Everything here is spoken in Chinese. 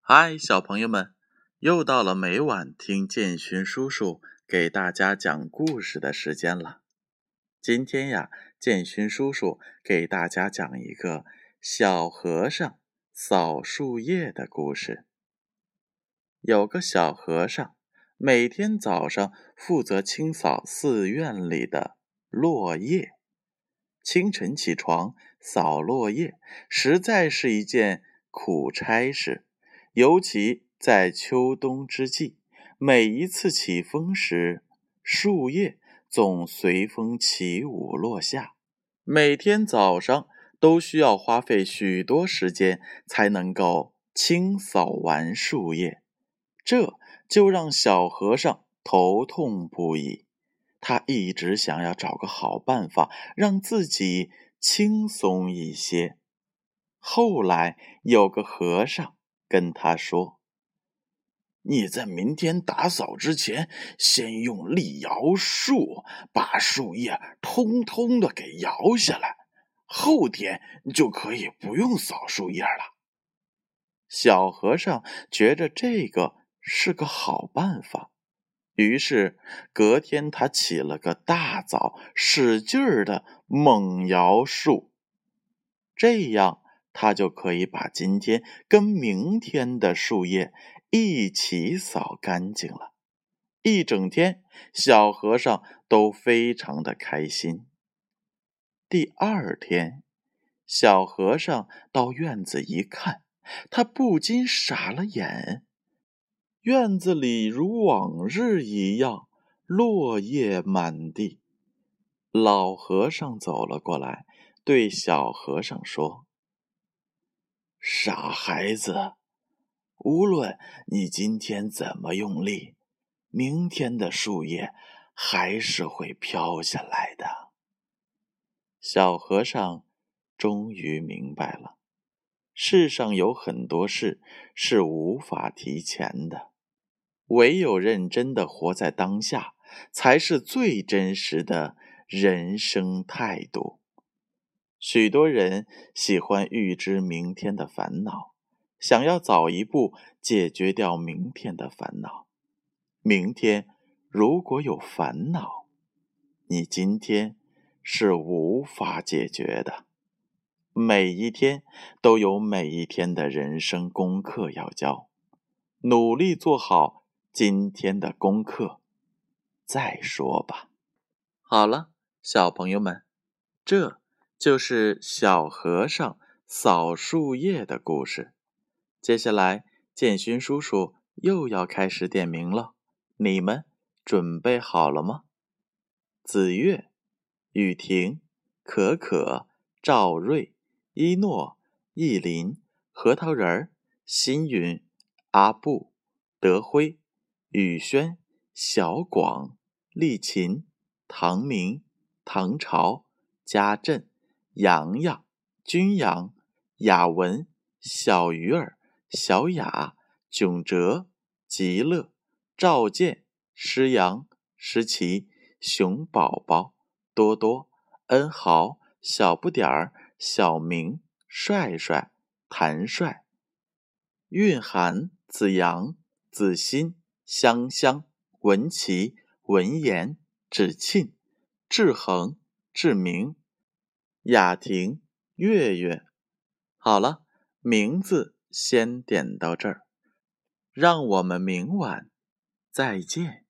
嗨，小朋友们，又到了每晚听建勋叔叔给大家讲故事的时间了。今天呀，建勋叔叔给大家讲一个小和尚扫树叶的故事。有个小和尚，每天早上负责清扫寺院里的落叶。清晨起床扫落叶，实在是一件苦差事，尤其在秋冬之际，每一次起风时，树叶总随风起舞落下。每天早上都需要花费许多时间才能够清扫完树叶，这就让小和尚头痛不已。他一直想要找个好办法，让自己轻松一些。后来有个和尚跟他说：你在明天打扫之前，先用力摇树，把树叶通通的给摇下来，后天就可以不用扫树叶了。小和尚觉着这个是个好办法，于是隔天他起了个大早，使劲儿的猛摇树，这样他就可以把今天跟明天的树叶一起扫干净了。一整天，小和尚都非常的开心。第二天，小和尚到院子一看，他不禁傻了眼。院子里如往日一样，落叶满地。老和尚走了过来，对小和尚说：傻孩子，无论你今天怎么用力，明天的树叶还是会飘下来的。小和尚终于明白了，世上有很多事是无法提前的，唯有认真的活在当下，才是最真实的人生态度。许多人喜欢预知明天的烦恼，想要早一步解决掉明天的烦恼。明天如果有烦恼，你今天是无法解决的。每一天都有每一天的人生功课要交，努力做好今天的功课，再说吧。好了，小朋友们，这就是小和尚扫树叶的故事。接下来，建勋叔叔又要开始点名了，你们准备好了吗？子越、雨婷、可可、赵瑞、一诺、意林、核桃仁儿、新云、阿布、德辉、宇轩、小广、丽琴、唐明、唐朝、家振、洋洋、君阳、雅文、小鱼儿、小雅、囧哲、极乐、赵健、诗阳、诗琪、熊宝宝、多多、恩豪、小不点儿、小明、帅帅、谭帅、蕴涵、子阳、子欣、香香、文琪、文言、芷沁、志恒、志明、雅婷、月月。好了，名字先点到这儿，让我们明晚再见。